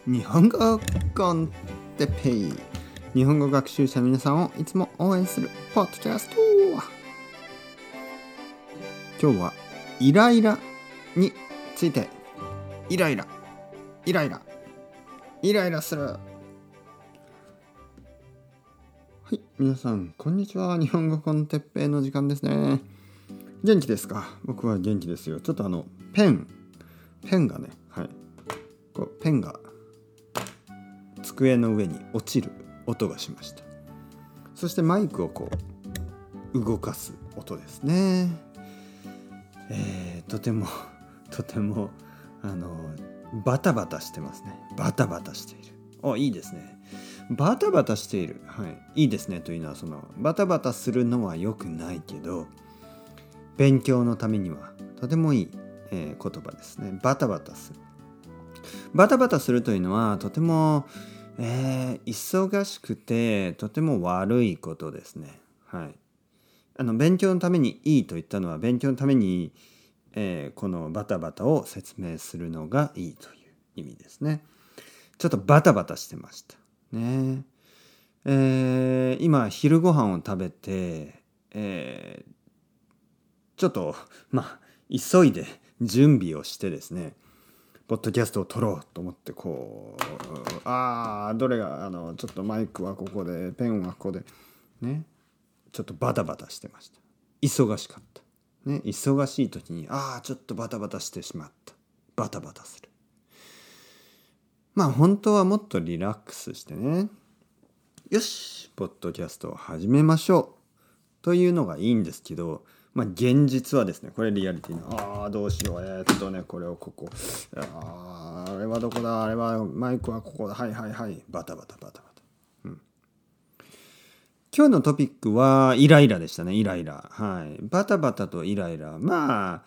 日本語コンテペイ、日本語学習者皆さんをいつも応援するポッドキャスト。今日はイライラについて。イライラする。はい、皆さんこんにちは。日本語コンテッペイの時間ですね。元気ですか？僕は元気ですよ。ちょっとペンがね、ペンが机の上に落ちる音がしました。そしてマイクを動かす音ですね。とてもバタバタしてますね。バタバタしている。いいですね。バタバタしている。いいですね。というのはバタバタするのは良くないけど、勉強のためにはとてもいい、言葉ですね。バタバタする。バタバタするというのはとても、忙しくてとても悪いことですね。勉強のためにいいと言ったのは、勉強のために、このバタバタを説明するのがいいという意味ですね。ちょっとバタバタしてましたね。今昼ご飯を食べて、ちょっと急いで準備をしてですね、ポッドキャストを撮ろうと思ってどれがちょっとマイクはここで、ペンはここでね、ちょっとバタバタしてました。忙しかったね。忙しい時にちょっとバタバタしてしまった。バタバタする。本当はもっとリラックスしてね、よしポッドキャストを始めましょうというのがいいんですけど、現実はですね、これリアリティな、どうしよう、これをここ、あれはどこだ、あれはマイクはここだ、バタバタ、今日のトピックはイライラでしたね。イライラ。バタバタとイライラ。バ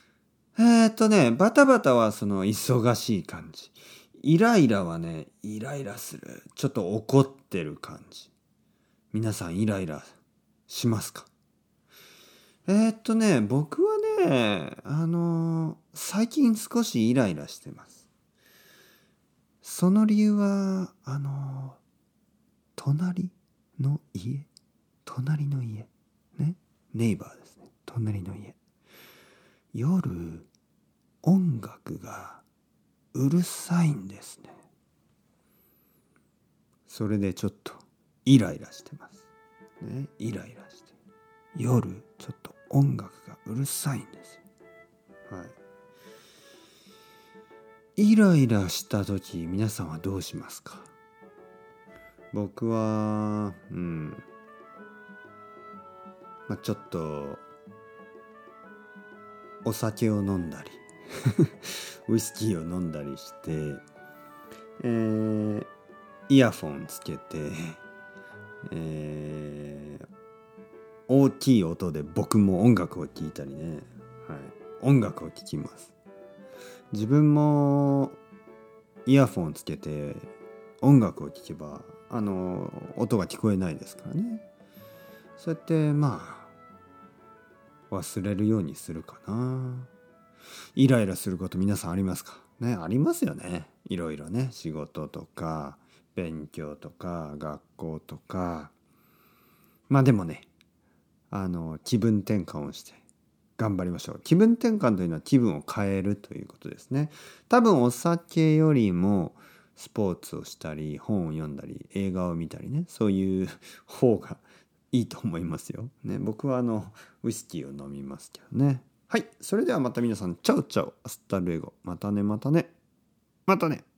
タバタは忙しい感じ。イライラはね、イライラする。ちょっと怒ってる感じ。皆さんイライラしますか？僕はね、最近少しイライラしてます。その理由は、隣の家ね、ネイバーですね。隣の家。夜、音楽がうるさいんですね。それでちょっとイライラしてますね。イライラして、夜ちょっと音楽がうるさいんですよ。イライラした時、皆さんはどうしますか？僕はちょっとお酒を飲んだりウイスキーを飲んだりして、イヤフォンつけて、大きい音で僕も音楽を聴いたりね。音楽を聴きます。自分もイヤフォンつけて音楽を聴けば音が聞こえないですからね。そうやって忘れるようにするかな。イライラすること皆さんありますかね？ありますよね。いろいろね、仕事とか勉強とか学校とか。でもね、気分転換をして頑張りましょう。気分転換というのは気分を変えるということですね。多分お酒よりもスポーツをしたり、本を読んだり、映画を見たりね、そういう方がいいと思いますよ。ね、僕はウイスキーを飲みますけどね。それではまた皆さん、チャオチャオ、アスタルエゴ。またね。